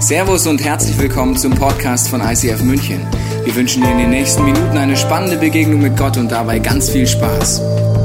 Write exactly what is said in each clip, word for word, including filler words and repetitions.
Servus und herzlich willkommen zum Podcast von I C F München. Wir wünschen dir in den nächsten Minuten eine spannende Begegnung mit Gott und dabei ganz viel Spaß.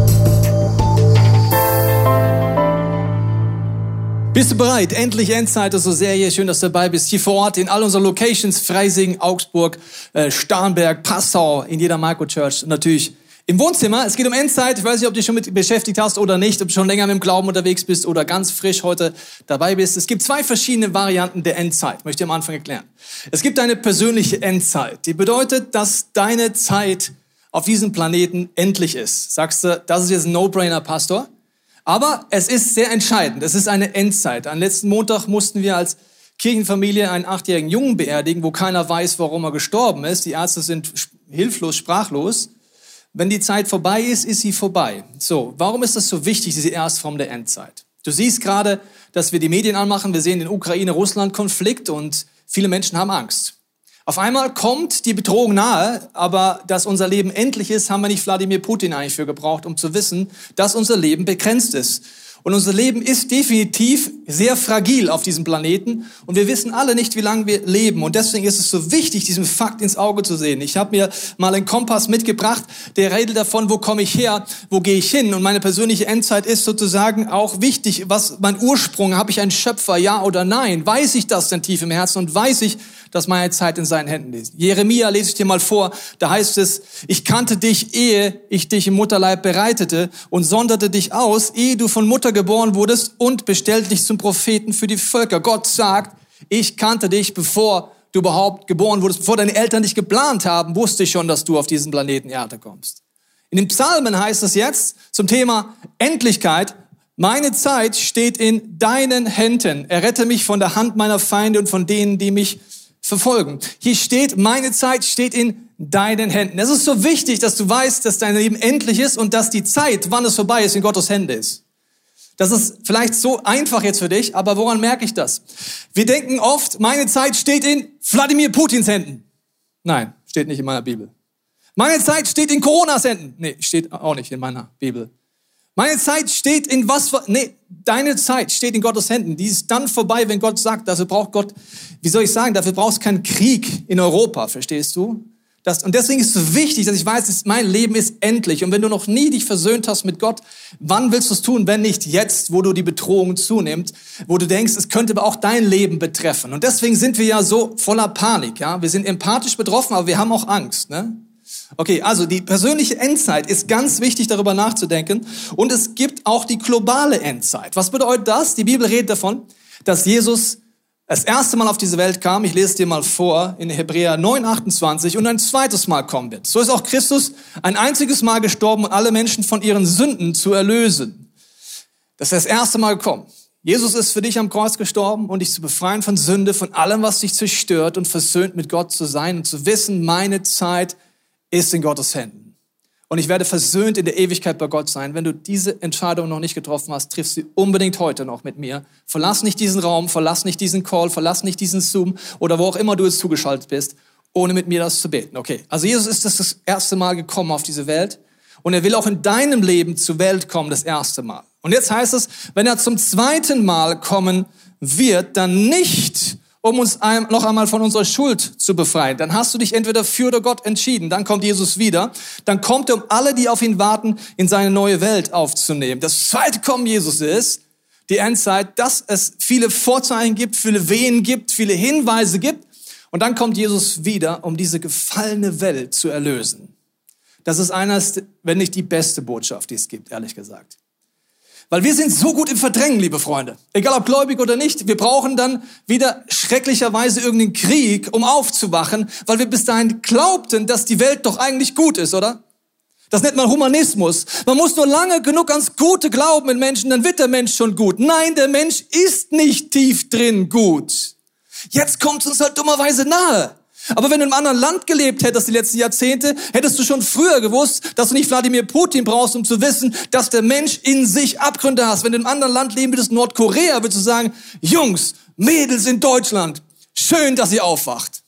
Bist du bereit? Endlich Endzeit, unsere Serie. Schön, dass du dabei bist. Hier vor Ort in all unseren Locations, Freising, Augsburg, äh, Starnberg, Passau, in jeder Micro Church und natürlich im Wohnzimmer. Es geht um Endzeit. Ich weiß nicht, ob du dich schon mit beschäftigt hast oder nicht, ob du schon länger mit dem Glauben unterwegs bist oder ganz frisch heute dabei bist. Es gibt zwei verschiedene Varianten der Endzeit, möchte ich am Anfang erklären. Es gibt eine persönliche Endzeit, die bedeutet, dass deine Zeit auf diesem Planeten endlich ist. Sagst du, das ist jetzt ein No-Brainer, Pastor? Aber es ist sehr entscheidend. Es ist eine Endzeit. Am letzten Montag mussten wir als Kirchenfamilie einen achtjährigen Jungen beerdigen, wo keiner weiß, warum er gestorben ist. Die Ärzte sind hilflos, sprachlos. Wenn die Zeit vorbei ist, ist sie vorbei. So, warum ist das so wichtig, diese Erstform der Endzeit? Du siehst gerade, dass wir die Medien anmachen. Wir sehen den Ukraine-Russland-Konflikt und viele Menschen haben Angst. Auf einmal kommt die Bedrohung nahe, aber dass unser Leben endlich ist, haben wir nicht Wladimir Putin eigentlich für gebraucht, um zu wissen, dass unser Leben begrenzt ist. Und unser Leben ist definitiv sehr fragil auf diesem Planeten und wir wissen alle nicht, wie lange wir leben. Und deswegen ist es so wichtig, diesen Fakt ins Auge zu sehen. Ich habe mir mal einen Kompass mitgebracht, der redet davon, wo komme ich her, wo gehe ich hin. Und meine persönliche Endzeit ist sozusagen auch wichtig. Was mein Ursprung, habe ich einen Schöpfer, ja oder nein? Weiß ich das denn tief im Herzen und weiß ich, dass meine Zeit in seinen Händen ist? Jeremia lese ich dir mal vor, da heißt es, ich kannte dich, ehe ich dich im Mutterleib bereitete und sonderte dich aus, ehe du von Mutter geboren wurdest und bestellte dich zum Propheten für die Völker. Gott sagt, ich kannte dich, bevor du überhaupt geboren wurdest, bevor deine Eltern dich geplant haben, wusste ich schon, dass du auf diesen Planeten Erde kommst. In den Psalmen heißt es jetzt zum Thema Endlichkeit, meine Zeit steht in deinen Händen. Errette mich von der Hand meiner Feinde und von denen, die mich verfolgen. Hier steht, meine Zeit steht in deinen Händen. Es ist so wichtig, dass du weißt, dass dein Leben endlich ist und dass die Zeit, wann es vorbei ist, in Gottes Hände ist. Das ist vielleicht so einfach jetzt für dich, aber woran merke ich das? Wir denken oft, meine Zeit steht in Wladimir Putins Händen. Nein, steht nicht in meiner Bibel. Meine Zeit steht in Coronas Händen. Nee, steht auch nicht in meiner Bibel. Meine Zeit steht in was, nee, deine Zeit steht in Gottes Händen. Die ist dann vorbei, wenn Gott sagt, dafür braucht Gott, wie soll ich sagen, dafür brauchst du keinen Krieg in Europa, verstehst du? Das, und deswegen ist es so wichtig, dass ich weiß, dass mein Leben ist endlich. Und wenn du noch nie dich versöhnt hast mit Gott, wann willst du es tun, wenn nicht jetzt, wo du die Bedrohung zunimmt, wo du denkst, es könnte aber auch dein Leben betreffen. Und deswegen sind wir ja so voller Panik, ja. Wir sind empathisch betroffen, aber wir haben auch Angst, ne? Okay, also die persönliche Endzeit ist ganz wichtig, darüber nachzudenken. Und es gibt auch die globale Endzeit. Was bedeutet das? Die Bibel redet davon, dass Jesus das erste Mal auf diese Welt kam. Ich lese es dir mal vor in Hebräer neun, achtundzwanzig und ein zweites Mal kommen wird. So ist auch Christus ein einziges Mal gestorben, um alle Menschen von ihren Sünden zu erlösen. Das ist das erste Mal gekommen. Jesus ist für dich am Kreuz gestorben, um dich zu befreien von Sünde, von allem, was dich zerstört und versöhnt mit Gott zu sein und zu wissen, meine Zeit ist in Gottes Händen. Und ich werde versöhnt in der Ewigkeit bei Gott sein. Wenn du diese Entscheidung noch nicht getroffen hast, triffst du unbedingt heute noch mit mir. Verlass nicht diesen Raum, verlass nicht diesen Call, verlass nicht diesen Zoom oder wo auch immer du jetzt zugeschaltet bist, ohne mit mir das zu beten. Okay, also Jesus ist das, das erste Mal gekommen auf diese Welt und er will auch in deinem Leben zur Welt kommen, das erste Mal. Und jetzt heißt es, wenn er zum zweiten Mal kommen wird, dann nicht um uns noch einmal von unserer Schuld zu befreien. Dann hast du dich entweder für oder Gott entschieden. Dann kommt Jesus wieder. Dann kommt er, um alle, die auf ihn warten, in seine neue Welt aufzunehmen. Das zweite Kommen Jesus ist die Endzeit, dass es viele Vorzeichen gibt, viele Wehen gibt, viele Hinweise gibt. Und dann kommt Jesus wieder, um diese gefallene Welt zu erlösen. Das ist eines, wenn nicht die beste Botschaft, die es gibt, ehrlich gesagt. Weil wir sind so gut im Verdrängen, liebe Freunde. Egal ob gläubig oder nicht, wir brauchen dann wieder schrecklicherweise irgendeinen Krieg, um aufzuwachen, weil wir bis dahin glaubten, dass die Welt doch eigentlich gut ist, oder? Das nennt man Humanismus. Man muss nur lange genug ans Gute glauben in Menschen, dann wird der Mensch schon gut. Nein, der Mensch ist nicht tief drin gut. Jetzt kommt es uns halt dummerweise nahe. Aber wenn du in einem anderen Land gelebt hättest die letzten Jahrzehnte, hättest du schon früher gewusst, dass du nicht Wladimir Putin brauchst, um zu wissen, dass der Mensch in sich Abgründe hat. Wenn du in einem anderen Land leben würdest, Nordkorea, würdest du sagen, Jungs, Mädels in Deutschland, schön, dass ihr aufwacht.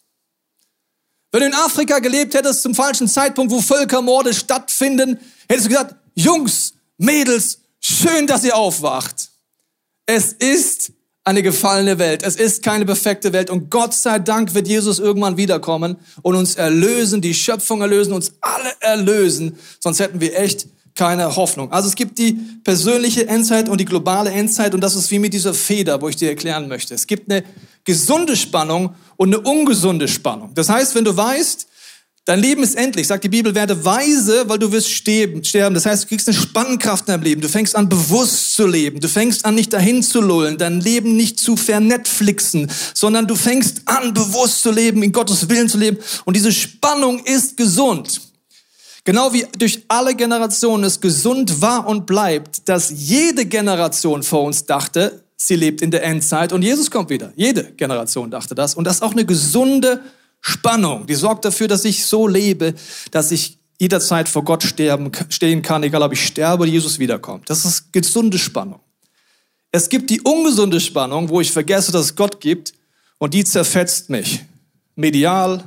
Wenn du in Afrika gelebt hättest, zum falschen Zeitpunkt, wo Völkermorde stattfinden, hättest du gesagt, Jungs, Mädels, schön, dass ihr aufwacht. Es ist eine gefallene Welt. Es ist keine perfekte Welt. Und Gott sei Dank wird Jesus irgendwann wiederkommen und uns erlösen, die Schöpfung erlösen, uns alle erlösen. Sonst hätten wir echt keine Hoffnung. Also es gibt die persönliche Endzeit und die globale Endzeit. Und das ist wie mit dieser Feder, wo ich dir erklären möchte. Es gibt eine gesunde Spannung und eine ungesunde Spannung. Das heißt, wenn du weißt, dein Leben ist endlich, sagt die Bibel, werde weise, weil du wirst sterben. Das heißt, du kriegst eine Spannkraft in deinem Leben. Du fängst an, bewusst zu leben. Du fängst an, nicht dahin zu lullen, dein Leben nicht zu vernetflixen, sondern du fängst an, bewusst zu leben, in Gottes Willen zu leben. Und diese Spannung ist gesund. Genau wie durch alle Generationen es gesund war und bleibt, dass jede Generation vor uns dachte, sie lebt in der Endzeit und Jesus kommt wieder. Jede Generation dachte das. Und das ist auch eine gesunde Spannung, die sorgt dafür, dass ich so lebe, dass ich jederzeit vor Gott sterben, stehen kann, egal ob ich sterbe oder Jesus wiederkommt. Das ist gesunde Spannung. Es gibt die ungesunde Spannung, wo ich vergesse, dass es Gott gibt und die zerfetzt mich. Medial,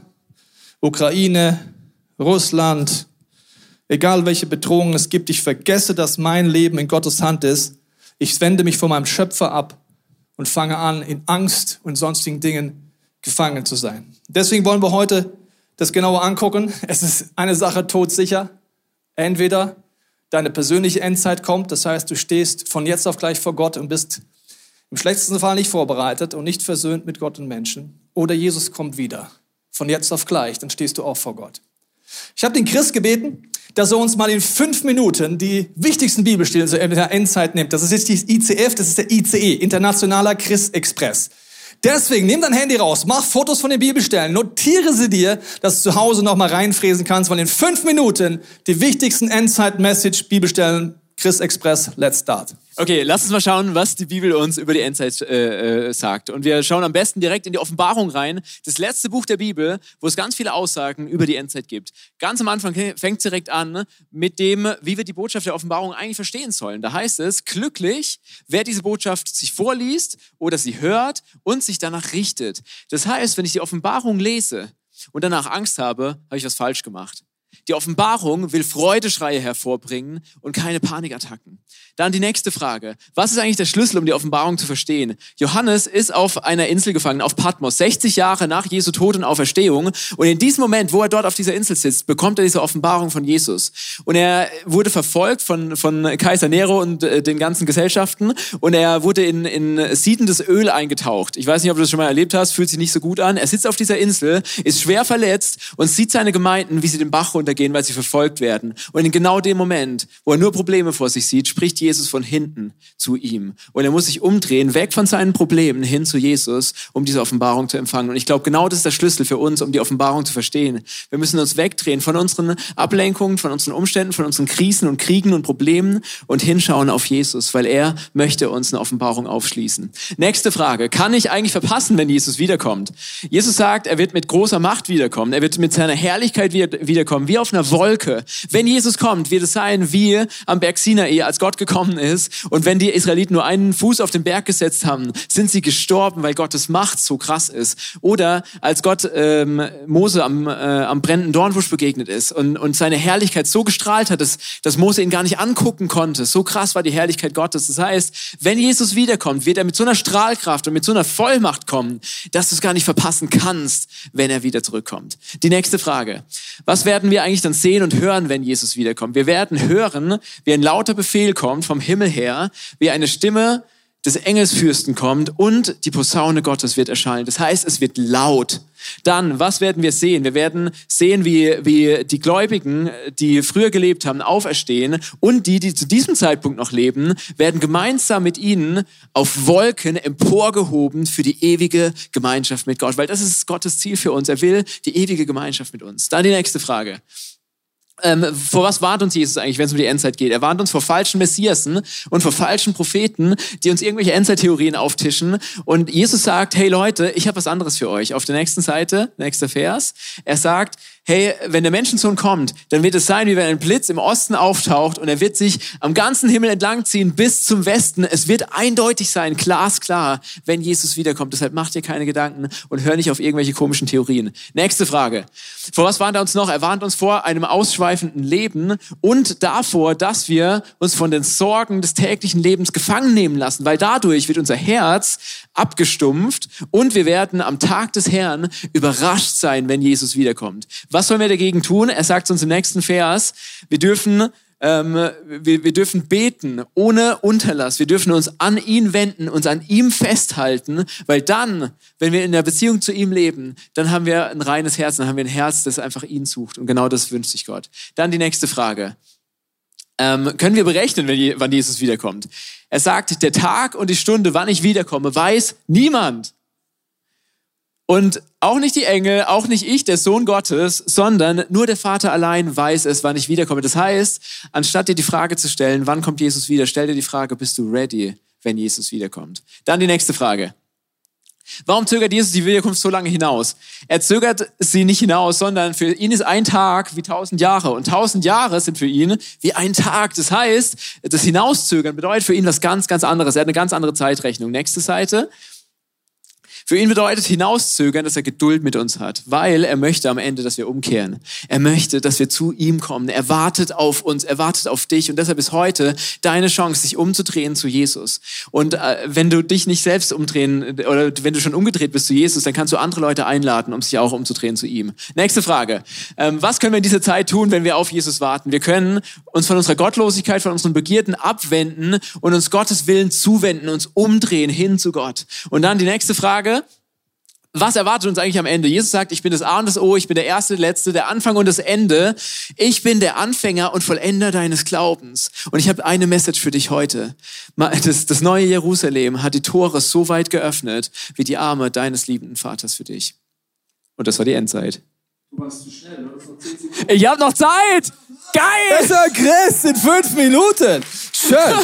Ukraine, Russland, egal welche Bedrohungen es gibt, ich vergesse, dass mein Leben in Gottes Hand ist. Ich wende mich von meinem Schöpfer ab und fange an, in Angst und sonstigen Dingen gefangen zu sein. Deswegen wollen wir heute das genauer angucken. Es ist eine Sache todsicher. Entweder deine persönliche Endzeit kommt, das heißt, du stehst von jetzt auf gleich vor Gott und bist im schlechtesten Fall nicht vorbereitet und nicht versöhnt mit Gott und Menschen. Oder Jesus kommt wieder. Von jetzt auf gleich, dann stehst du auch vor Gott. Ich habe den Chris gebeten, dass er uns mal in fünf Minuten die wichtigsten Bibelstellen in der Endzeit nimmt. Das ist jetzt die I C F, das ist der I C E, Internationaler Chris Express. Deswegen, nimm dein Handy raus, mach Fotos von den Bibelstellen, notiere sie dir, dass du zu Hause noch mal reinfräsen kannst, weil in fünf Minuten die wichtigsten Endzeit-Message-Bibelstellen, Chris Express, let's start. Okay, lass uns mal schauen, was die Bibel uns über die Endzeit äh, äh, sagt. Und wir schauen am besten direkt in die Offenbarung rein, das letzte Buch der Bibel, wo es ganz viele Aussagen über die Endzeit gibt. Ganz am Anfang fängt es direkt an mit dem, wie wir die Botschaft der Offenbarung eigentlich verstehen sollen. Da heißt es, glücklich, wer diese Botschaft sich vorliest oder sie hört und sich danach richtet. Das heißt, wenn ich die Offenbarung lese und danach Angst habe, habe ich was falsch gemacht. Die Offenbarung will Freudeschreie hervorbringen und keine Panikattacken. Dann die nächste Frage. Was ist eigentlich der Schlüssel, um die Offenbarung zu verstehen? Johannes ist auf einer Insel gefangen, auf Patmos, sechzig Jahre nach Jesu Tod und Auferstehung. Und in diesem Moment, wo er dort auf dieser Insel sitzt, bekommt er diese Offenbarung von Jesus. Und er wurde verfolgt von, von Kaiser Nero und äh, den ganzen Gesellschaften. Und er wurde in, in siedendes Öl eingetaucht. Ich weiß nicht, ob du das schon mal erlebt hast, fühlt sich nicht so gut an. Er sitzt auf dieser Insel, ist schwer verletzt und sieht seine Gemeinden, wie sie den Bach runtergehen, weil sie verfolgt werden. Und in genau dem Moment, wo er nur Probleme vor sich sieht, spricht Jesus von hinten zu ihm. Und er muss sich umdrehen, weg von seinen Problemen hin zu Jesus, um diese Offenbarung zu empfangen. Und ich glaube, genau das ist der Schlüssel für uns, um die Offenbarung zu verstehen. Wir müssen uns wegdrehen von unseren Ablenkungen, von unseren Umständen, von unseren Krisen und Kriegen und Problemen und hinschauen auf Jesus, weil er möchte uns eine Offenbarung aufschließen. Nächste Frage. Kann ich eigentlich verpassen, wenn Jesus wiederkommt? Jesus sagt, er wird mit großer Macht wiederkommen. Er wird mit seiner Herrlichkeit wiederkommen, wie auf einer Wolke. Wenn Jesus kommt, wird es sein wie am Berg Sinai, als Gott gekommen ist. Und wenn die Israeliten nur einen Fuß auf den Berg gesetzt haben, sind sie gestorben, weil Gottes Macht so krass ist. Oder als Gott ähm, Mose am, äh, am brennenden Dornbusch begegnet ist und, und seine Herrlichkeit so gestrahlt hat, dass, dass Mose ihn gar nicht angucken konnte. So krass war die Herrlichkeit Gottes. Das heißt, wenn Jesus wiederkommt, wird er mit so einer Strahlkraft und mit so einer Vollmacht kommen, dass du es gar nicht verpassen kannst, wenn er wieder zurückkommt. Die nächste Frage. Was werden wir eigentlich dann sehen und hören, wenn Jesus wiederkommt? Wir werden hören, wie ein lauter Befehl kommt vom Himmel her, wie eine Stimme des Engelsfürsten kommt und die Posaune Gottes wird erschallen. Das heißt, es wird laut. Dann, was werden wir sehen? Wir werden sehen, wie, wie die Gläubigen, die früher gelebt haben, auferstehen und die, die zu diesem Zeitpunkt noch leben, werden gemeinsam mit ihnen auf Wolken emporgehoben für die ewige Gemeinschaft mit Gott. Weil das ist Gottes Ziel für uns. Er will die ewige Gemeinschaft mit uns. Dann die nächste Frage. Ähm, vor was warnt uns Jesus eigentlich, wenn es um die Endzeit geht? Er warnt uns vor falschen Messiasen und vor falschen Propheten, die uns irgendwelche Endzeittheorien auftischen. Und Jesus sagt, hey Leute, ich habe was anderes für euch. Auf der nächsten Seite, nächster Vers, er sagt, hey, wenn der Menschensohn kommt, dann wird es sein, wie wenn ein Blitz im Osten auftaucht und er wird sich am ganzen Himmel entlangziehen bis zum Westen. Es wird eindeutig sein, glasklar, wenn Jesus wiederkommt. Deshalb macht ihr keine Gedanken und hör nicht auf irgendwelche komischen Theorien. Nächste Frage. Vor was warnt er uns noch? Er warnt uns vor einem Ausschweifen ausschweifenden Leben und davor, dass wir uns von den Sorgen des täglichen Lebens gefangen nehmen lassen, weil dadurch wird unser Herz abgestumpft und wir werden am Tag des Herrn überrascht sein, wenn Jesus wiederkommt. Was sollen wir dagegen tun? Er sagt uns im nächsten Vers, wir dürfen Ähm, wir, wir dürfen beten ohne Unterlass. Wir dürfen uns an ihn wenden, uns an ihm festhalten, weil dann, wenn wir in der Beziehung zu ihm leben, dann haben wir ein reines Herz, dann haben wir ein Herz, das einfach ihn sucht. Und genau das wünscht sich Gott. Dann die nächste Frage. Ähm, können wir berechnen, wenn, wann Jesus wiederkommt? Er sagt, der Tag und die Stunde, wann ich wiederkomme, weiß niemand. Und auch nicht die Engel, auch nicht ich, der Sohn Gottes, sondern nur der Vater allein weiß es, wann ich wiederkomme. Das heißt, anstatt dir die Frage zu stellen, wann kommt Jesus wieder, stell dir die Frage, bist du ready, wenn Jesus wiederkommt? Dann die nächste Frage. Warum zögert Jesus die Wiederkunft so lange hinaus? Er zögert sie nicht hinaus, sondern für ihn ist ein Tag wie tausend Jahre. Und tausend Jahre sind für ihn wie ein Tag. Das heißt, das Hinauszögern bedeutet für ihn was ganz, ganz anderes. Er hat eine ganz andere Zeitrechnung. Nächste Seite. Für ihn bedeutet hinauszögern, dass er Geduld mit uns hat, weil er möchte am Ende, dass wir umkehren. Er möchte, dass wir zu ihm kommen. Er wartet auf uns, er wartet auf dich und deshalb ist heute deine Chance, sich umzudrehen zu Jesus. Und äh, wenn du dich nicht selbst umdrehen oder wenn du schon umgedreht bist zu Jesus, dann kannst du andere Leute einladen, um sich auch umzudrehen zu ihm. Nächste Frage. Ähm, was können wir in dieser Zeit tun, wenn wir auf Jesus warten? Wir können uns von unserer Gottlosigkeit, von unseren Begierden abwenden und uns Gottes Willen zuwenden, uns umdrehen hin zu Gott. Und dann die nächste Frage. Was erwartet uns eigentlich am Ende? Jesus sagt, ich bin das A und das O, ich bin der Erste, der Letzte, der Anfang und das Ende. Ich bin der Anfänger und Vollender deines Glaubens. Und ich habe eine Message für dich heute. Das, das neue Jerusalem hat die Tore so weit geöffnet, wie die Arme deines liebenden Vaters für dich. Und das war die Endzeit. Du warst zu schnell, du hast noch zehn Sekunden. Ich hab noch Zeit! Geil! Besser Chris in fünf Minuten. Schön.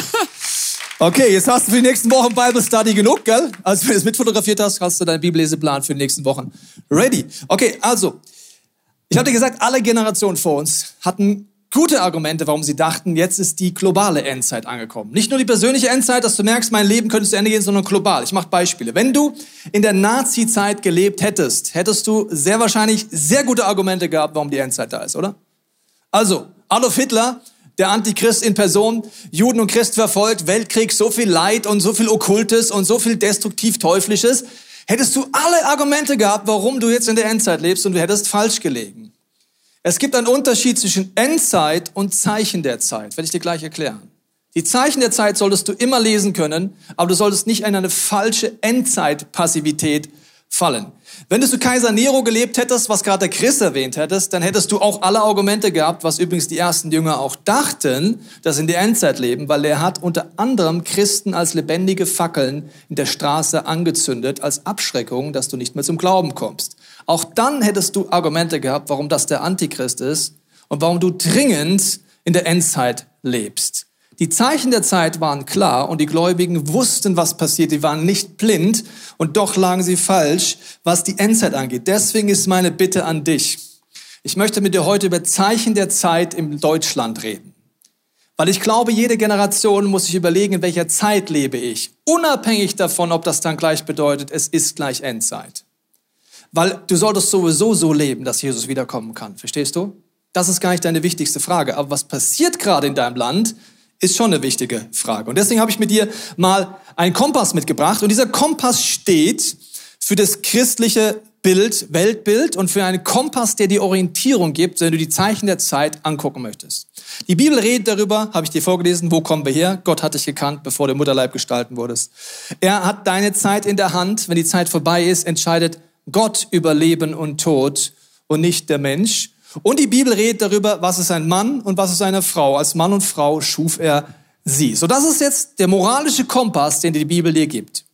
Okay, jetzt hast du für die nächsten Wochen Bible Study genug, gell? Also wenn du es mitfotografiert hast, hast du deinen Bibelleseplan für die nächsten Wochen ready. Okay, also, ich habe dir gesagt, alle Generationen vor uns hatten gute Argumente, warum sie dachten, jetzt ist die globale Endzeit angekommen. Nicht nur die persönliche Endzeit, dass du merkst, mein Leben könnte zu Ende gehen, sondern global. Ich mache Beispiele. Wenn du in der Nazi-Zeit gelebt hättest, hättest du sehr wahrscheinlich sehr gute Argumente gehabt, warum die Endzeit da ist, oder? Also, Adolf Hitler, der Antichrist in Person, Juden und Christen verfolgt, Weltkrieg, so viel Leid und so viel Okkultes und so viel destruktiv Teuflisches. Hättest du alle Argumente gehabt, warum du jetzt in der Endzeit lebst und du hättest falsch gelegen. Es gibt einen Unterschied zwischen Endzeit und Zeichen der Zeit. Werde ich dir gleich erklären. Die Zeichen der Zeit solltest du immer lesen können, aber du solltest nicht in eine falsche Endzeitpassivität fallen. Wenn du zu Kaiser Nero gelebt hättest, was gerade der Chris erwähnt hättest, dann hättest du auch alle Argumente gehabt, was übrigens die ersten Jünger auch dachten, dass sie in der Endzeit leben, weil er hat unter anderem Christen als lebendige Fackeln in der Straße angezündet, als Abschreckung, dass du nicht mehr zum Glauben kommst. Auch dann hättest du Argumente gehabt, warum das der Antichrist ist und warum du dringend in der Endzeit lebst. Die Zeichen der Zeit waren klar und die Gläubigen wussten, was passiert. Die waren nicht blind und doch lagen sie falsch, was die Endzeit angeht. Deswegen ist meine Bitte an dich. Ich möchte mit dir heute über Zeichen der Zeit in Deutschland reden. Weil ich glaube, jede Generation muss sich überlegen, in welcher Zeit lebe ich. Unabhängig davon, ob das dann gleich bedeutet, es ist gleich Endzeit. Weil du solltest sowieso so leben, dass Jesus wiederkommen kann. Verstehst du? Das ist gar nicht deine wichtigste Frage. Aber was passiert gerade in deinem Land, ist schon eine wichtige Frage. Und deswegen habe ich mit dir mal einen Kompass mitgebracht. Und dieser Kompass steht für das christliche Bild, Weltbild und für einen Kompass, der dir Orientierung gibt, wenn du die Zeichen der Zeit angucken möchtest. Die Bibel redet darüber, habe ich dir vorgelesen, wo kommen wir her? Gott hat dich gekannt, bevor du im Mutterleib gestalten wurdest. Er hat deine Zeit in der Hand. Wenn die Zeit vorbei ist, entscheidet Gott über Leben und Tod und nicht der Mensch. Und die Bibel redet darüber, was ist ein Mann und was ist eine Frau. Als Mann und Frau schuf er sie. So, das ist jetzt der moralische Kompass, den die Bibel dir gibt.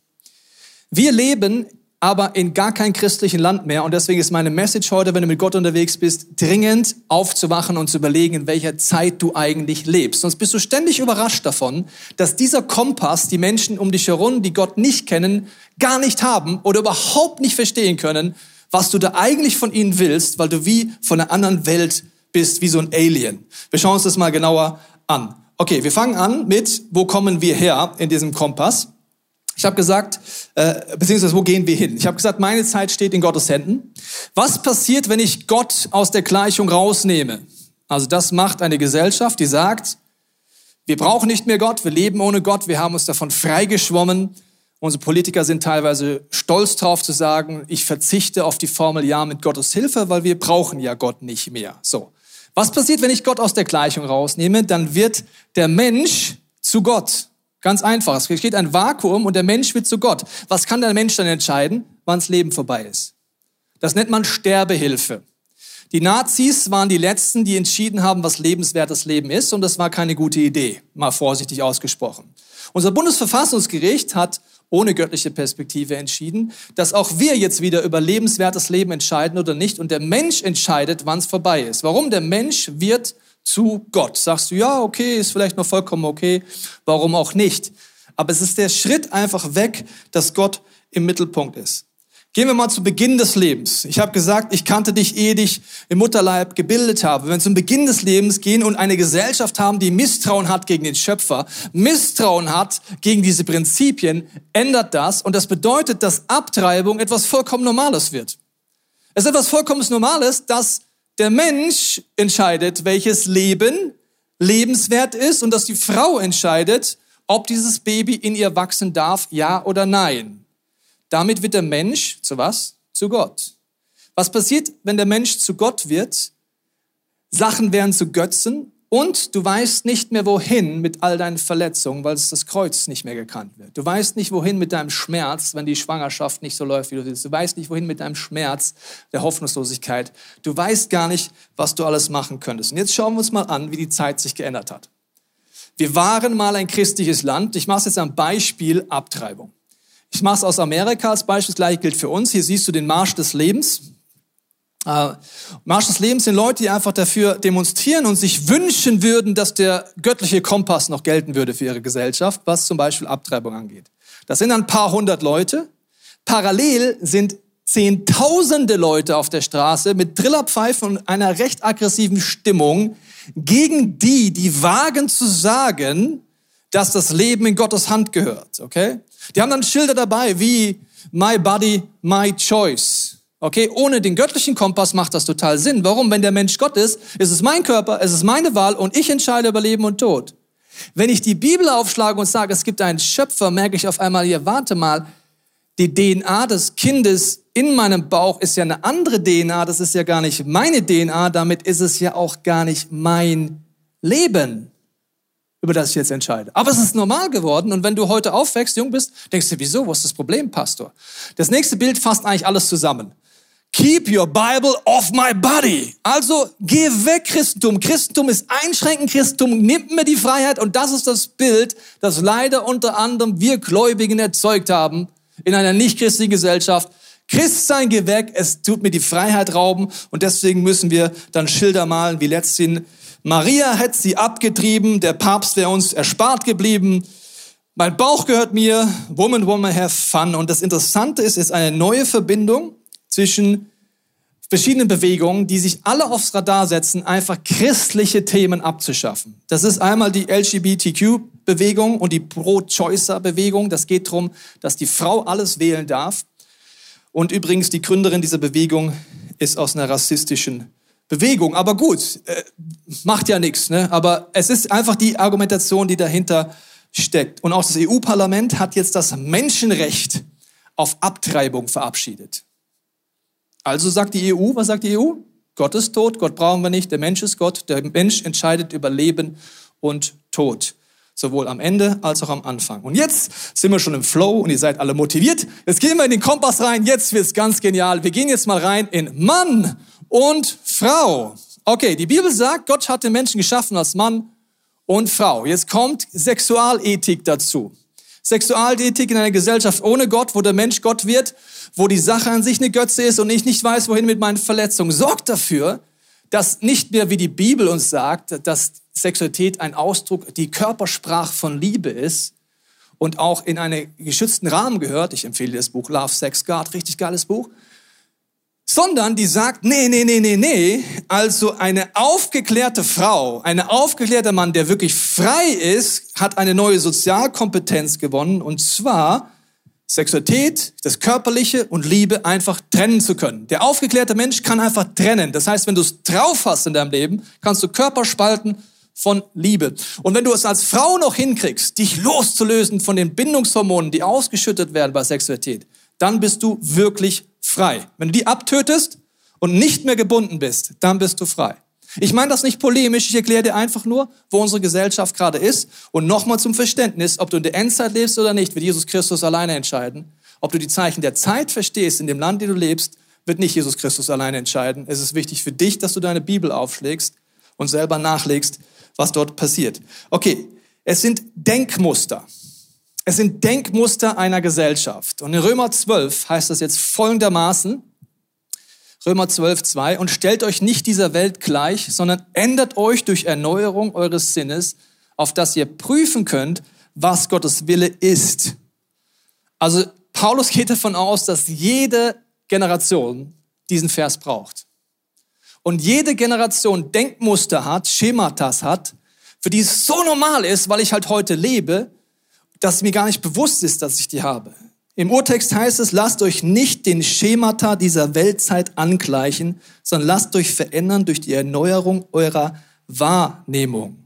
Wir leben aber in gar kein christlichen Land mehr. Und deswegen ist meine Message heute, wenn du mit Gott unterwegs bist, dringend aufzuwachen und zu überlegen, in welcher Zeit du eigentlich lebst. Sonst bist du ständig überrascht davon, dass dieser Kompass die Menschen um dich herum, die Gott nicht kennen, gar nicht haben oder überhaupt nicht verstehen können, was du da eigentlich von ihnen willst, weil du wie von einer anderen Welt bist, wie so ein Alien. Wir schauen uns das mal genauer an. Okay, wir fangen an mit, wo kommen wir her in diesem Kompass? Ich habe gesagt, äh, beziehungsweise wo gehen wir hin? Ich habe gesagt, meine Zeit steht in Gottes Händen. Was passiert, wenn ich Gott aus der Gleichung rausnehme? Also das macht eine Gesellschaft, die sagt, wir brauchen nicht mehr Gott, wir leben ohne Gott, wir haben uns davon freigeschwommen. Unsere Politiker sind teilweise stolz drauf zu sagen, ich verzichte auf die Formel Ja mit Gottes Hilfe, weil wir brauchen ja Gott nicht mehr. So. Was passiert, wenn ich Gott aus der Gleichung rausnehme? Dann wird der Mensch zu Gott. Ganz einfach. Es geht ein Vakuum und der Mensch wird zu Gott. Was kann der Mensch dann entscheiden, wann das Leben vorbei ist? Das nennt man Sterbehilfe. Die Nazis waren die Letzten, die entschieden haben, was lebenswertes Leben ist, und das war keine gute Idee, mal vorsichtig ausgesprochen. Unser Bundesverfassungsgericht hat ohne göttliche Perspektive entschieden, dass auch wir jetzt wieder über lebenswertes Leben entscheiden oder nicht, und der Mensch entscheidet, wann es vorbei ist. Warum? Der Mensch wird zu Gott. Sagst du, ja, okay, ist vielleicht noch vollkommen okay, warum auch nicht? Aber es ist der Schritt einfach weg, dass Gott im Mittelpunkt ist. Gehen wir mal zu Beginn des Lebens. Ich habe gesagt, ich kannte dich, ehe dich im Mutterleib gebildet habe. Wenn wir zum Beginn des Lebens gehen und eine Gesellschaft haben, die Misstrauen hat gegen den Schöpfer, Misstrauen hat gegen diese Prinzipien, ändert das. Und das bedeutet, dass Abtreibung etwas vollkommen Normales wird. Es ist etwas vollkommen Normales, dass der Mensch entscheidet, welches Leben lebenswert ist, und dass die Frau entscheidet, ob dieses Baby in ihr wachsen darf, ja oder nein. Damit wird der Mensch zu was? Zu Gott. Was passiert, wenn der Mensch zu Gott wird? Sachen werden zu Götzen und du weißt nicht mehr, wohin mit all deinen Verletzungen, weil es das Kreuz nicht mehr gekannt wird. Du weißt nicht, wohin mit deinem Schmerz, wenn die Schwangerschaft nicht so läuft, wie du willst. Du weißt nicht, wohin mit deinem Schmerz der Hoffnungslosigkeit. Du weißt gar nicht, was du alles machen könntest. Und jetzt schauen wir uns mal an, wie die Zeit sich geändert hat. Wir waren mal ein christliches Land. Ich mache es jetzt am Beispiel Abtreibung. Ich mache es aus Amerika als Beispiel, das gleiche gilt für uns. Hier siehst du den Marsch des Lebens. Äh, Marsch des Lebens sind Leute, die einfach dafür demonstrieren und sich wünschen würden, dass der göttliche Kompass noch gelten würde für ihre Gesellschaft, was zum Beispiel Abtreibung angeht. Das sind ein paar hundert Leute. Parallel sind Zehntausende Leute auf der Straße mit Trillerpfeifen und einer recht aggressiven Stimmung gegen die, die wagen zu sagen, dass das Leben in Gottes Hand gehört, okay? Die haben dann Schilder dabei wie My Body, My Choice, okay? Ohne den göttlichen Kompass macht das total Sinn. Warum? Wenn der Mensch Gott ist, ist es mein Körper, es ist meine Wahl und ich entscheide über Leben und Tod. Wenn ich die Bibel aufschlage und sage, es gibt einen Schöpfer, merke ich auf einmal, hier, warte mal, die D N A des Kindes in meinem Bauch ist ja eine andere D N A, das ist ja gar nicht meine D N A, damit ist es ja auch gar nicht mein Leben, über das ich jetzt entscheide. Aber es ist normal geworden, und wenn du heute aufwächst, jung bist, denkst du, wieso, was ist das Problem, Pastor? Das nächste Bild fasst eigentlich alles zusammen. Keep your Bible off my body. Also geh weg, Christentum. Christentum ist einschränken, Christentum nimmt mir die Freiheit, und das ist das Bild, das leider unter anderem wir Gläubigen erzeugt haben in einer nicht-christlichen Gesellschaft. Christsein, geh weg, es tut mir die Freiheit rauben, und deswegen müssen wir dann Schilder malen wie letzthin: Maria hätte sie abgetrieben, der Papst wäre uns erspart geblieben. Mein Bauch gehört mir, woman, woman, have fun. Und das Interessante ist, es ist eine neue Verbindung zwischen verschiedenen Bewegungen, die sich alle aufs Radar setzen, einfach christliche Themen abzuschaffen. Das ist einmal die L G B T Q-Bewegung und die Pro-Choicer-Bewegung. Das geht darum, dass die Frau alles wählen darf. Und übrigens, die Gründerin dieser Bewegung ist aus einer rassistischen Bewegung. Aber gut, äh, macht ja nichts, ne? Aber es ist einfach die Argumentation, die dahinter steckt. Und auch das E U-Parlament hat jetzt das Menschenrecht auf Abtreibung verabschiedet. Also sagt die E U, was sagt die E U? Gott ist tot, Gott brauchen wir nicht, der Mensch ist Gott, der Mensch entscheidet über Leben und Tod. Sowohl am Ende als auch am Anfang. Und jetzt sind wir schon im Flow und ihr seid alle motiviert. Jetzt gehen wir in den Kompass rein, jetzt wird's ganz genial. Wir gehen jetzt mal rein in Mann und Frau. Okay, die Bibel sagt, Gott hat den Menschen geschaffen als Mann und Frau. Jetzt kommt Sexualethik dazu. Sexualethik in einer Gesellschaft ohne Gott, wo der Mensch Gott wird, wo die Sache an sich eine Götze ist und ich nicht weiß, wohin mit meinen Verletzungen, sorgt dafür, dass nicht mehr, wie die Bibel uns sagt, dass Sexualität ein Ausdruck, die Körpersprache von Liebe ist und auch in einen geschützten Rahmen gehört. Ich empfehle dir das Buch Love, Sex, God, richtig geiles Buch. Sondern die sagt, nee, nee, nee, nee, nee, also eine aufgeklärte Frau, ein aufgeklärter Mann, der wirklich frei ist, hat eine neue Sozialkompetenz gewonnen, und zwar Sexualität, das Körperliche und Liebe einfach trennen zu können. Der aufgeklärte Mensch kann einfach trennen. Das heißt, wenn du es drauf hast in deinem Leben, kannst du Körper spalten von Liebe. Und wenn du es als Frau noch hinkriegst, dich loszulösen von den Bindungshormonen, die ausgeschüttet werden bei Sexualität, dann bist du wirklich frei. Wenn du die abtötest und nicht mehr gebunden bist, dann bist du frei. Ich meine das nicht polemisch, ich erkläre dir einfach nur, wo unsere Gesellschaft gerade ist. Und nochmal zum Verständnis, ob du in der Endzeit lebst oder nicht, wird Jesus Christus alleine entscheiden. Ob du die Zeichen der Zeit verstehst in dem Land, in dem du lebst, wird nicht Jesus Christus alleine entscheiden. Es ist wichtig für dich, dass du deine Bibel aufschlägst und selber nachlegst, was dort passiert. Okay, es sind Denkmuster. Es sind Denkmuster einer Gesellschaft. Und in Römer zwölf heißt das jetzt folgendermaßen, Römer zwölf, zwei, und stellt euch nicht dieser Welt gleich, sondern ändert euch durch Erneuerung eures Sinnes, auf dass ihr prüfen könnt, was Gottes Wille ist. Also Paulus geht davon aus, dass jede Generation diesen Vers braucht. Und jede Generation Denkmuster hat, Schematas hat, für die es so normal ist, weil ich halt heute lebe, dass mir gar nicht bewusst ist, dass ich die habe. Im Urtext heißt es, lasst euch nicht den Schemata dieser Weltzeit angleichen, sondern lasst euch verändern durch die Erneuerung eurer Wahrnehmung.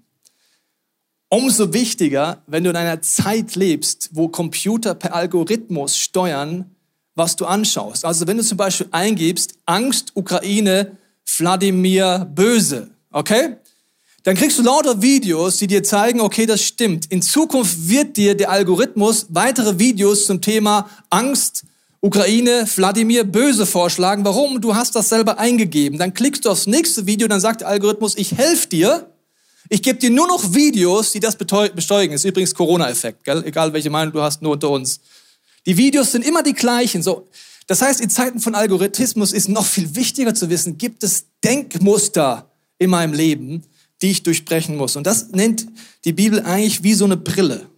Umso wichtiger, wenn du in einer Zeit lebst, wo Computer per Algorithmus steuern, was du anschaust. Also wenn du zum Beispiel eingibst, Angst, Ukraine, Wladimir, böse, okay? Dann kriegst du lauter Videos, die dir zeigen, okay, das stimmt. In Zukunft wird dir der Algorithmus weitere Videos zum Thema Angst, Ukraine, Wladimir, böse vorschlagen. Warum? Du hast das selber eingegeben. Dann klickst du aufs nächste Video, dann sagt der Algorithmus, ich helfe dir. Ich gebe dir nur noch Videos, die das bestätigen. Das ist übrigens Corona-Effekt, gell? Egal welche Meinung du hast, nur unter uns. Die Videos sind immer die gleichen. So. Das heißt, in Zeiten von Algorithmus ist noch viel wichtiger zu wissen, gibt es Denkmuster in meinem Leben, die ich durchbrechen muss. Und das nennt die Bibel eigentlich wie so eine Brille.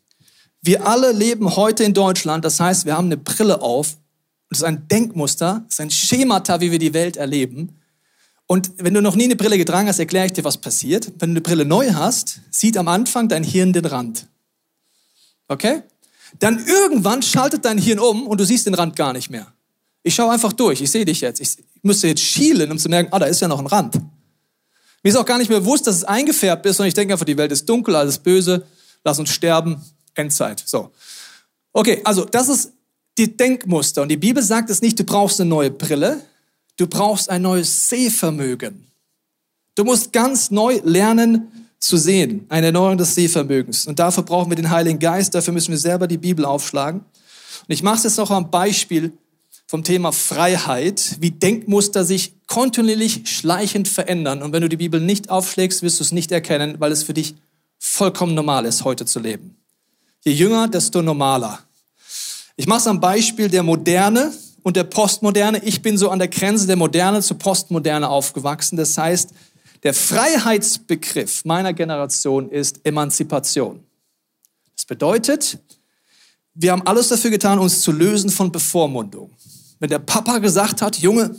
Wir alle leben heute in Deutschland, das heißt, wir haben eine Brille auf. Das ist ein Denkmuster, das ist ein Schemata, wie wir die Welt erleben. Und wenn du noch nie eine Brille getragen hast, erkläre ich dir, was passiert. Wenn du eine Brille neu hast, sieht am Anfang dein Hirn den Rand. Okay? Dann irgendwann schaltet dein Hirn um und du siehst den Rand gar nicht mehr. Ich schaue einfach durch, ich sehe dich jetzt. Ich müsste jetzt schielen, um zu merken, ah, da ist ja noch ein Rand. Mir ist auch gar nicht mehr bewusst, dass es eingefärbt ist, sondern ich denke einfach, die Welt ist dunkel, alles böse, lass uns sterben, Endzeit. So. Okay, also das ist die Denkmuster. Und die Bibel sagt es nicht, du brauchst eine neue Brille, du brauchst ein neues Sehvermögen. Du musst ganz neu lernen zu sehen, eine Erneuerung des Sehvermögens. Und dafür brauchen wir den Heiligen Geist, dafür müssen wir selber die Bibel aufschlagen. Und ich mache es jetzt noch am Beispiel vom Thema Freiheit, wie Denkmuster sich kontinuierlich schleichend verändern. Und wenn du die Bibel nicht aufschlägst, wirst du es nicht erkennen, weil es für dich vollkommen normal ist, heute zu leben. Je jünger, desto normaler. Ich mache es am Beispiel der Moderne und der Postmoderne. Ich bin so an der Grenze der Moderne zur Postmoderne aufgewachsen. Das heißt, der Freiheitsbegriff meiner Generation ist Emanzipation. Das bedeutet, wir haben alles dafür getan, uns zu lösen von Bevormundung. Wenn der Papa gesagt hat, Junge,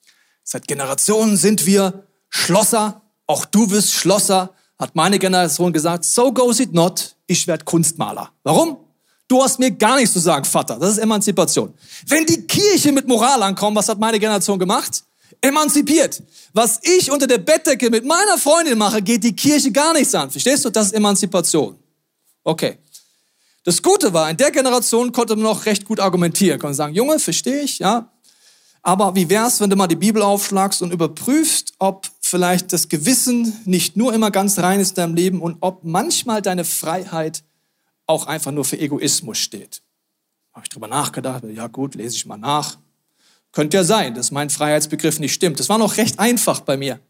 seit Generationen sind wir Schlosser, auch du wirst Schlosser, hat meine Generation gesagt, so goes it not, ich werde Kunstmaler. Warum? Du hast mir gar nichts zu sagen, Vater. Das ist Emanzipation. Wenn die Kirche mit Moral ankommt, was hat meine Generation gemacht? Emanzipiert. Was ich unter der Bettdecke mit meiner Freundin mache, geht die Kirche gar nichts an. Verstehst du? Das ist Emanzipation. Okay. Das Gute war, in der Generation konnte man noch recht gut argumentieren. Konnte sagen, Junge, verstehe ich, ja. Aber wie wär's, wenn du mal die Bibel aufschlagst und überprüfst, ob vielleicht das Gewissen nicht nur immer ganz rein ist in deinem Leben und ob manchmal deine Freiheit auch einfach nur für Egoismus steht. Habe ich drüber nachgedacht, ja gut, lese ich mal nach. Könnte ja sein, dass mein Freiheitsbegriff nicht stimmt. Das war noch recht einfach bei mir.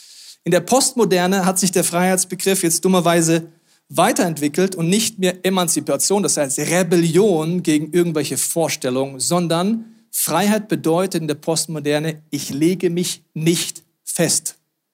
In der Postmoderne hat sich der Freiheitsbegriff jetzt dummerweise weiterentwickelt und nicht mehr Emanzipation, das heißt Rebellion gegen irgendwelche Vorstellungen, sondern Freiheit bedeutet in der Postmoderne, ich lege mich nicht fest.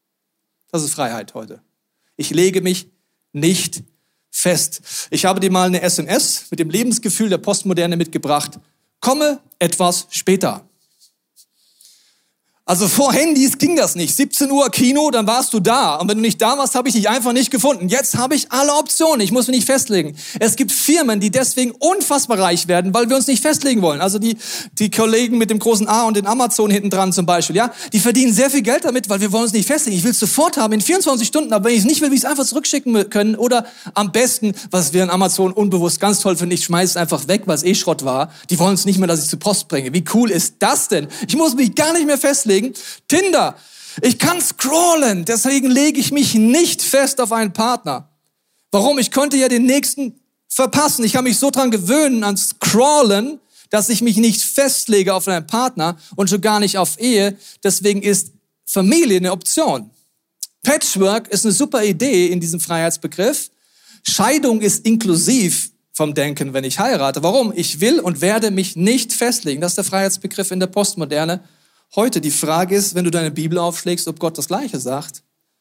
Das ist Freiheit heute. Ich lege mich nicht fest. Ich habe dir mal eine S M S mit dem Lebensgefühl der Postmoderne mitgebracht. Komme etwas später. Also vor Handys ging das nicht. siebzehn Uhr Kino, dann warst du da. Und wenn du nicht da warst, habe ich dich einfach nicht gefunden. Jetzt habe ich alle Optionen. Ich muss mich nicht festlegen. Es gibt Firmen, die deswegen unfassbar reich werden, weil wir uns nicht festlegen wollen. Also die, die Kollegen mit dem großen A und den Amazon hinten dran zum Beispiel, ja, die verdienen sehr viel Geld damit, weil wir wollen uns nicht festlegen. Ich will es sofort haben in vierundzwanzig Stunden, aber wenn ich es nicht will, will ich es einfach zurückschicken können. Oder am besten, was wir in Amazon unbewusst ganz toll finden, ich schmeiße es einfach weg, weil es eh Schrott war. Die wollen es nicht mehr, dass ich zur Post bringe. Wie cool ist das denn? Ich muss mich gar nicht mehr festlegen. Tinder. Ich kann scrollen, deswegen lege ich mich nicht fest auf einen Partner. Warum? Ich könnte ja den nächsten verpassen. Ich kann mich so dran gewöhnen an Scrollen, dass ich mich nicht festlege auf einen Partner und schon gar nicht auf Ehe. Deswegen ist Familie eine Option. Patchwork ist eine super Idee in diesem Freiheitsbegriff. Scheidung ist inklusiv vom Denken, wenn ich heirate. Warum? Ich will und werde mich nicht festlegen. Das ist der Freiheitsbegriff in der Postmoderne. Heute die Frage ist, wenn du deine Bibel aufschlägst, ob Gott das Gleiche sagt.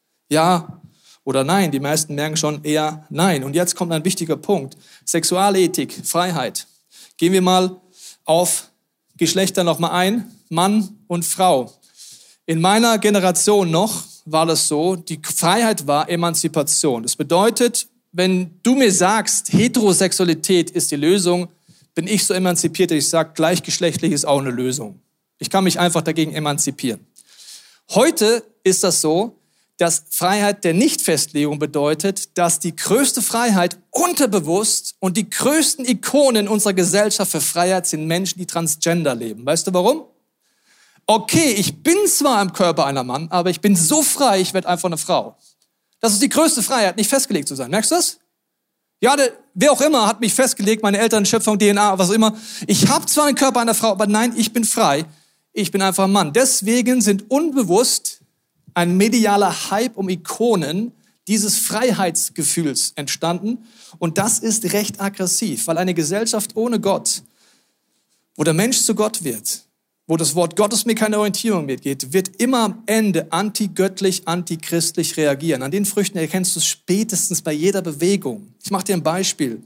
Ja oder nein. Die meisten merken schon eher nein. Und jetzt kommt ein wichtiger Punkt. Sexualethik, Freiheit. Gehen wir mal auf Geschlechter nochmal ein. Mann und Frau. In meiner Generation noch war das so, die Freiheit war Emanzipation. Das bedeutet, wenn du mir sagst, Heterosexualität ist die Lösung, bin ich so emanzipiert, dass ich sage, gleichgeschlechtlich ist auch eine Lösung. Ich kann mich einfach dagegen emanzipieren. Heute ist das so, dass Freiheit der Nichtfestlegung bedeutet, dass die größte Freiheit unterbewusst und die größten Ikonen unserer Gesellschaft für Freiheit sind Menschen, die transgender leben. Weißt du warum? Okay, ich bin zwar im Körper einer Mann, aber ich bin so frei, ich werde einfach eine Frau. Das ist die größte Freiheit, nicht festgelegt zu sein. Merkst du das? Ja, der, wer auch immer hat mich festgelegt, meine Eltern, Schöpfung, D N A, was auch immer. Ich habe zwar einen Körper einer Frau, aber nein, ich bin frei. Ich bin einfach ein Mann. Deswegen sind unbewusst ein medialer Hype um Ikonen dieses Freiheitsgefühls entstanden. Und das ist recht aggressiv, weil eine Gesellschaft ohne Gott, wo der Mensch zu Gott wird, wo das Wort Gottes mir keine Orientierung mitgeht, wird immer am Ende antigöttlich, antichristlich reagieren. An den Früchten erkennst du es spätestens bei jeder Bewegung. Ich mache dir ein Beispiel.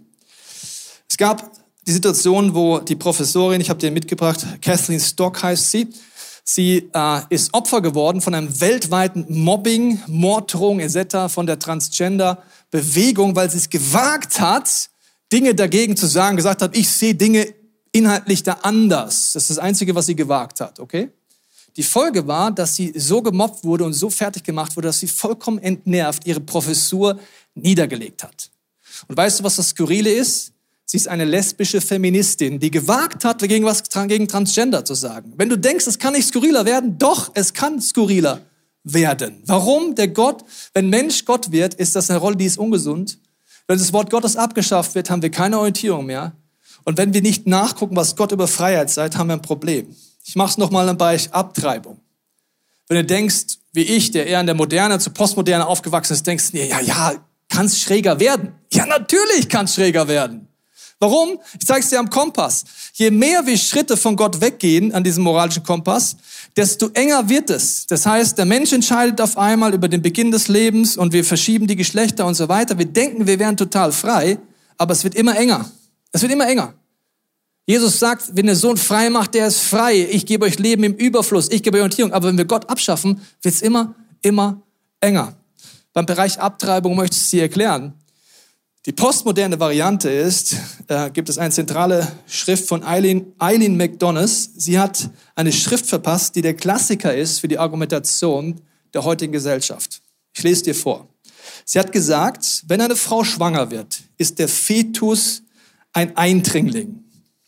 Es gab die Situation, wo die Professorin, ich habe dir mitgebracht, Kathleen Stock heißt sie, sie äh, ist Opfer geworden von einem weltweiten Mobbing, Morddrohung et cetera von der Transgender-Bewegung, weil sie es gewagt hat, Dinge dagegen zu sagen, gesagt hat, ich sehe Dinge inhaltlich da anders. Das ist das Einzige, was sie gewagt hat, okay? Die Folge war, dass sie so gemobbt wurde und so fertig gemacht wurde, dass sie vollkommen entnervt ihre Professur niedergelegt hat. Und weißt du, was das Skurrile ist? Sie ist eine lesbische Feministin, die gewagt hat, gegen was gegen Transgender zu sagen. Wenn du denkst, es kann nicht skurriler werden, doch, es kann skurriler werden. Warum? Der Gott, wenn Mensch Gott wird, ist das eine Rolle, die ist ungesund. Wenn das Wort Gottes abgeschafft wird, haben wir keine Orientierung mehr. Und wenn wir nicht nachgucken, was Gott über Freiheit sagt, haben wir ein Problem. Ich mache es nochmal im Bereich Abtreibung. Wenn du denkst, wie ich, der eher in der Moderne zu Postmoderne aufgewachsen ist, denkst du dir, ja, ja, kann es schräger werden? Ja, natürlich kann es schräger werden. Warum? Ich zeige es dir am Kompass. Je mehr wir Schritte von Gott weggehen an diesem moralischen Kompass, desto enger wird es. Das heißt, der Mensch entscheidet auf einmal über den Beginn des Lebens und wir verschieben die Geschlechter und so weiter. Wir denken, wir wären total frei, aber es wird immer enger. Es wird immer enger. Jesus sagt, wenn der Sohn frei macht, der ist frei. Ich gebe euch Leben im Überfluss. Ich gebe euch Orientierung. Aber wenn wir Gott abschaffen, wird es immer, immer enger. Beim Bereich Abtreibung möchte ich es dir erklären. Die postmoderne Variante ist, äh, gibt es eine zentrale Schrift von Eileen, Eileen McDonough. Sie hat eine Schrift verpasst, die der Klassiker ist für die Argumentation der heutigen Gesellschaft. Ich lese dir vor. Sie hat gesagt, wenn eine Frau schwanger wird, ist der Fetus ein Eindringling.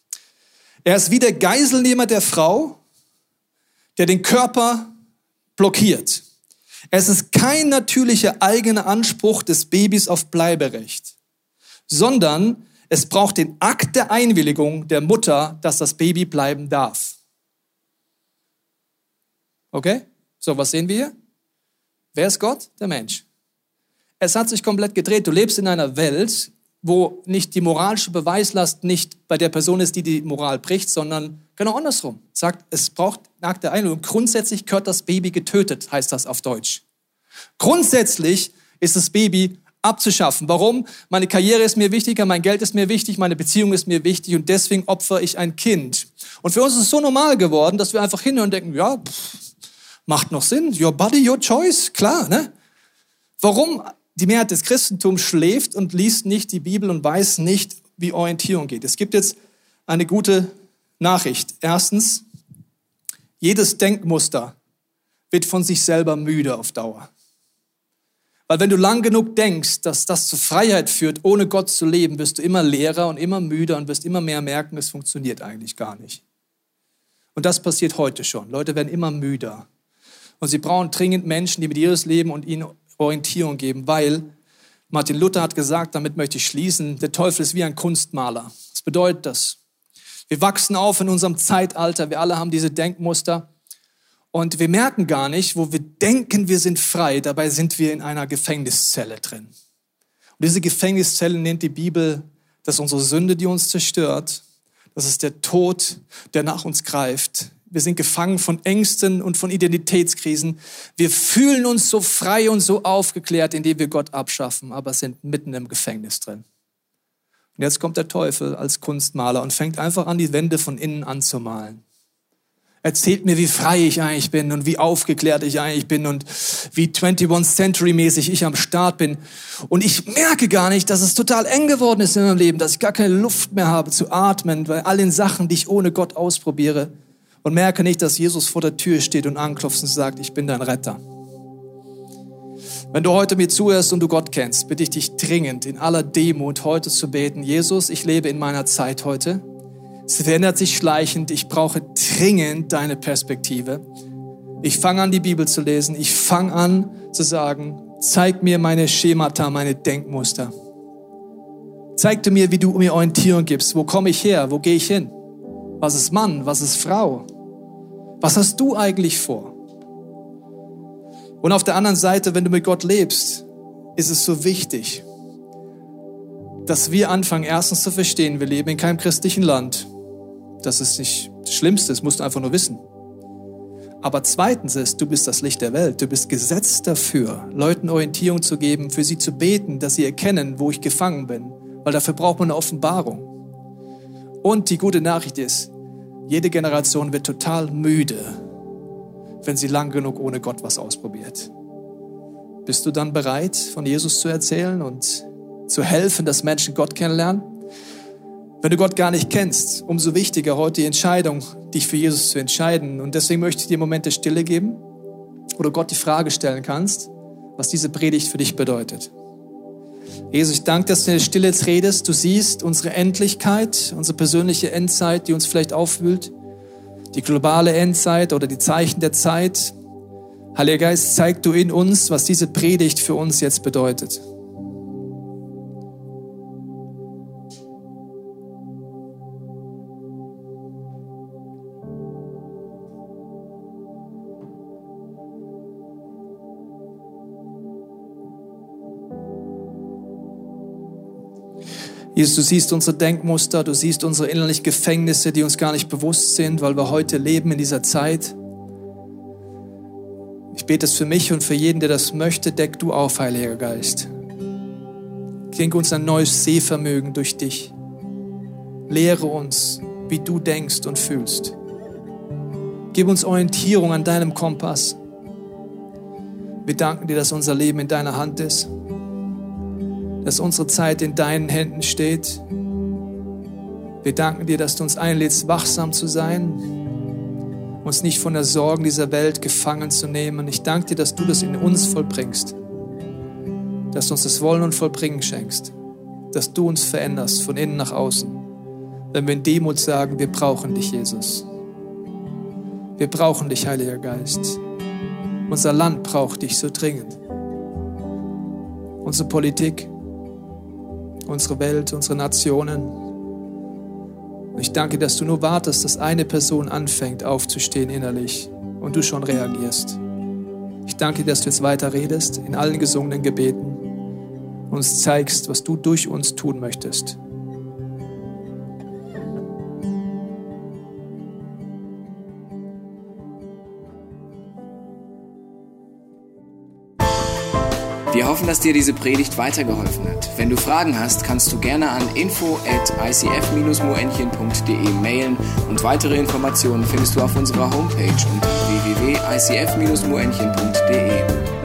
Er ist wie der Geiselnehmer der Frau, der den Körper blockiert. Es ist kein natürlicher eigener Anspruch des Babys auf Bleiberecht, sondern es braucht den Akt der Einwilligung der Mutter, dass das Baby bleiben darf. Okay? So, was sehen wir hier? Wer ist Gott? Der Mensch. Es hat sich komplett gedreht. Du lebst in einer Welt, wo nicht die moralische Beweislast nicht bei der Person ist, die die Moral bricht, sondern genau andersrum. Sagt, es braucht einen Akt der Einwilligung. Grundsätzlich gehört das Baby getötet, heißt das auf Deutsch. Grundsätzlich ist das Baby abzuschaffen. Warum? Meine Karriere ist mir wichtiger, mein Geld ist mir wichtig, meine Beziehung ist mir wichtig und deswegen opfere ich ein Kind. Und für uns ist es so normal geworden, dass wir einfach hinhören und denken, ja, pff, Macht noch Sinn. Your body, your choice. Klar, ne? Warum die Mehrheit des Christentums schläft und liest nicht die Bibel und weiß nicht, wie Orientierung geht. Es gibt jetzt eine gute Nachricht. Erstens, jedes Denkmuster wird von sich selber müde auf Dauer. Weil wenn du lang genug denkst, dass das zur Freiheit führt, ohne Gott zu leben, wirst du immer leerer und immer müder und wirst immer mehr merken, es funktioniert eigentlich gar nicht. Und das passiert heute schon. Leute werden immer müder. Und sie brauchen dringend Menschen, die mit Jesus leben und ihnen Orientierung geben, weil Martin Luther hat gesagt, damit möchte ich schließen, der Teufel ist wie ein Kunstmaler. Was bedeutet das? Wir wachsen auf in unserem Zeitalter, wir alle haben diese Denkmuster. Und wir merken gar nicht, wo wir denken, wir sind frei. Dabei sind wir in einer Gefängniszelle drin. Und diese Gefängniszelle nennt die Bibel, das ist unsere Sünde, die uns zerstört. Das ist der Tod, der nach uns greift. Wir sind gefangen von Ängsten und von Identitätskrisen. Wir fühlen uns so frei und so aufgeklärt, indem wir Gott abschaffen, aber sind mitten im Gefängnis drin. Und jetzt kommt der Teufel als Kunstmaler und fängt einfach an, die Wände von innen anzumalen. Erzählt mir, wie frei ich eigentlich bin und wie aufgeklärt ich eigentlich bin und wie einundzwanzigste Century mäßig ich am Start bin. Und ich merke gar nicht, dass es total eng geworden ist in meinem Leben, dass ich gar keine Luft mehr habe zu atmen bei all den Sachen, die ich ohne Gott ausprobiere. Und merke nicht, dass Jesus vor der Tür steht und anklopft und sagt, ich bin dein Retter. Wenn du heute mir zuhörst und du Gott kennst, bitte ich dich dringend in aller Demut heute zu beten, Jesus, ich lebe in meiner Zeit heute. Es verändert sich schleichend. Ich brauche dringend deine Perspektive. Ich fange an, die Bibel zu lesen. Ich fange an zu sagen, zeig mir meine Schemata, meine Denkmuster. Zeig du mir, wie du mir Orientierung gibst. Wo komme ich her? Wo gehe ich hin? Was ist Mann? Was ist Frau? Was hast du eigentlich vor? Und auf der anderen Seite, wenn du mit Gott lebst, ist es so wichtig, dass wir anfangen, erstens zu verstehen, wir leben in keinem christlichen Land. Das ist nicht das Schlimmste, das musst du einfach nur wissen. Aber zweitens ist, du bist das Licht der Welt. Du bist gesetzt dafür, Leuten Orientierung zu geben, für sie zu beten, dass sie erkennen, wo ich gefangen bin. Weil dafür braucht man eine Offenbarung. Und die gute Nachricht ist, jede Generation wird total müde, wenn sie lang genug ohne Gott was ausprobiert. Bist du dann bereit, von Jesus zu erzählen und zu helfen, dass Menschen Gott kennenlernen? Wenn du Gott gar nicht kennst, umso wichtiger heute die Entscheidung, dich für Jesus zu entscheiden. Und deswegen möchte ich dir einen Moment der Stille geben, wo du Gott die Frage stellen kannst, was diese Predigt für dich bedeutet. Jesus, ich danke, dass du in der Stille jetzt redest. Du siehst unsere Endlichkeit, unsere persönliche Endzeit, die uns vielleicht aufwühlt, die globale Endzeit oder die Zeichen der Zeit. Heiliger Geist, zeig du in uns, was diese Predigt für uns jetzt bedeutet. Jesus, du siehst unsere Denkmuster, du siehst unsere innerlichen Gefängnisse, die uns gar nicht bewusst sind, weil wir heute leben in dieser Zeit. Ich bete es für mich und für jeden, der das möchte, deck du auf, Heiliger Geist. Schenke uns ein neues Sehvermögen durch dich. Lehre uns, wie du denkst und fühlst. Gib uns Orientierung an deinem Kompass. Wir danken dir, dass unser Leben in deiner Hand ist. Dass unsere Zeit in deinen Händen steht. Wir danken dir, dass du uns einlädst, wachsam zu sein, uns nicht von der Sorgen dieser Welt gefangen zu nehmen. Ich danke dir, dass du das in uns vollbringst, dass du uns das Wollen und Vollbringen schenkst, dass du uns veränderst von innen nach außen, wenn wir in Demut sagen, wir brauchen dich, Jesus. Wir brauchen dich, Heiliger Geist. Unser Land braucht dich so dringend. Unsere Politik, unsere Welt, unsere Nationen. Und ich danke, dass du nur wartest, dass eine Person anfängt aufzustehen innerlich und du schon reagierst. Ich danke dir, dass du jetzt weiter redest in allen gesungenen Gebeten und uns zeigst, was du durch uns tun möchtest. Die Wir hoffen, dass dir diese Predigt weitergeholfen hat. Wenn du Fragen hast, kannst du gerne an info at i c f dash moenchen punkt d e mailen und weitere Informationen findest du auf unserer Homepage unter w w w punkt i c f dash moenchen punkt d e.